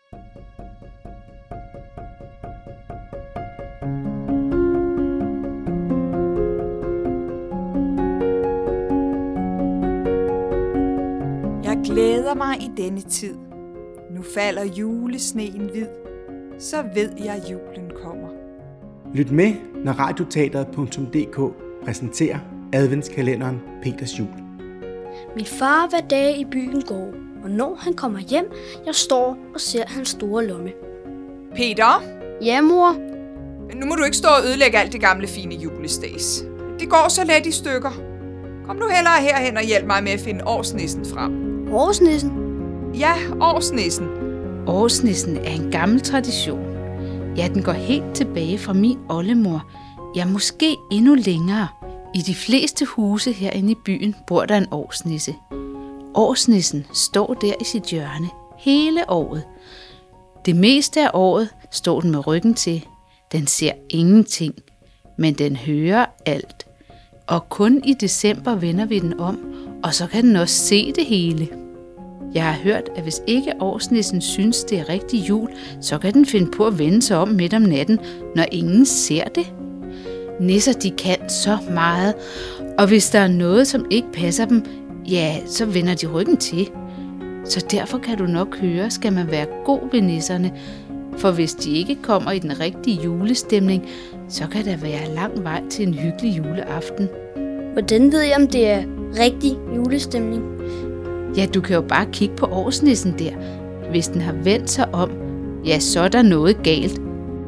Jeg glæder mig i denne tid. Nu falder julesneen hvid, så ved jeg, at julen kommer. Lyt med, når radioteatret.dk præsenterer adventskalenderen Peters jul. Min far hver dag i byen går, og når han kommer hjem, jeg står og ser hans store lomme. Peter, Ja, mor. nu må du ikke stå og ødelægge alt det gamle fine julestads. Det går så let i stykker. Kom nu hellere herhen og hjælp mig med at finde årsnissen frem. Årsnissen? Ja, årsnissen. Årsnissen er en gammel tradition. Ja, den går helt tilbage fra min oldemor. Ja, måske endnu længere. I de fleste huse herinde i byen bor der en årsnisse. Årsnissen står der i sit hjørne hele året. Det meste af året står den med ryggen til. Den ser ingenting, men den hører alt. Og kun i december vender vi den om, og så kan den også se det hele. Jeg har hørt, at hvis ikke årsnissen synes, det er rigtig jul, så kan den finde på at vende sig om midt om natten, når ingen ser det. Nisser, de kan så meget, og hvis der er noget, som ikke passer dem, ja, så vender de ryggen til. Så derfor kan du nok høre, skal man være god ved nisserne, for hvis de ikke kommer i den rigtige julestemning, så kan der være lang vej til en hyggelig juleaften. Hvordan ved jeg, om det er rigtig julestemning? Ja, du kan jo bare kigge på årsnissen der. Hvis den har vendt sig om, ja, så er der noget galt.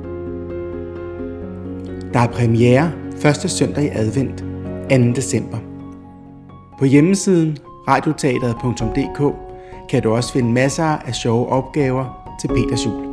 Der er premiere første søndag i advent, 2. december. På hjemmesiden radioteatret.dk kan du også finde masser af sjove opgaver til Peters jul.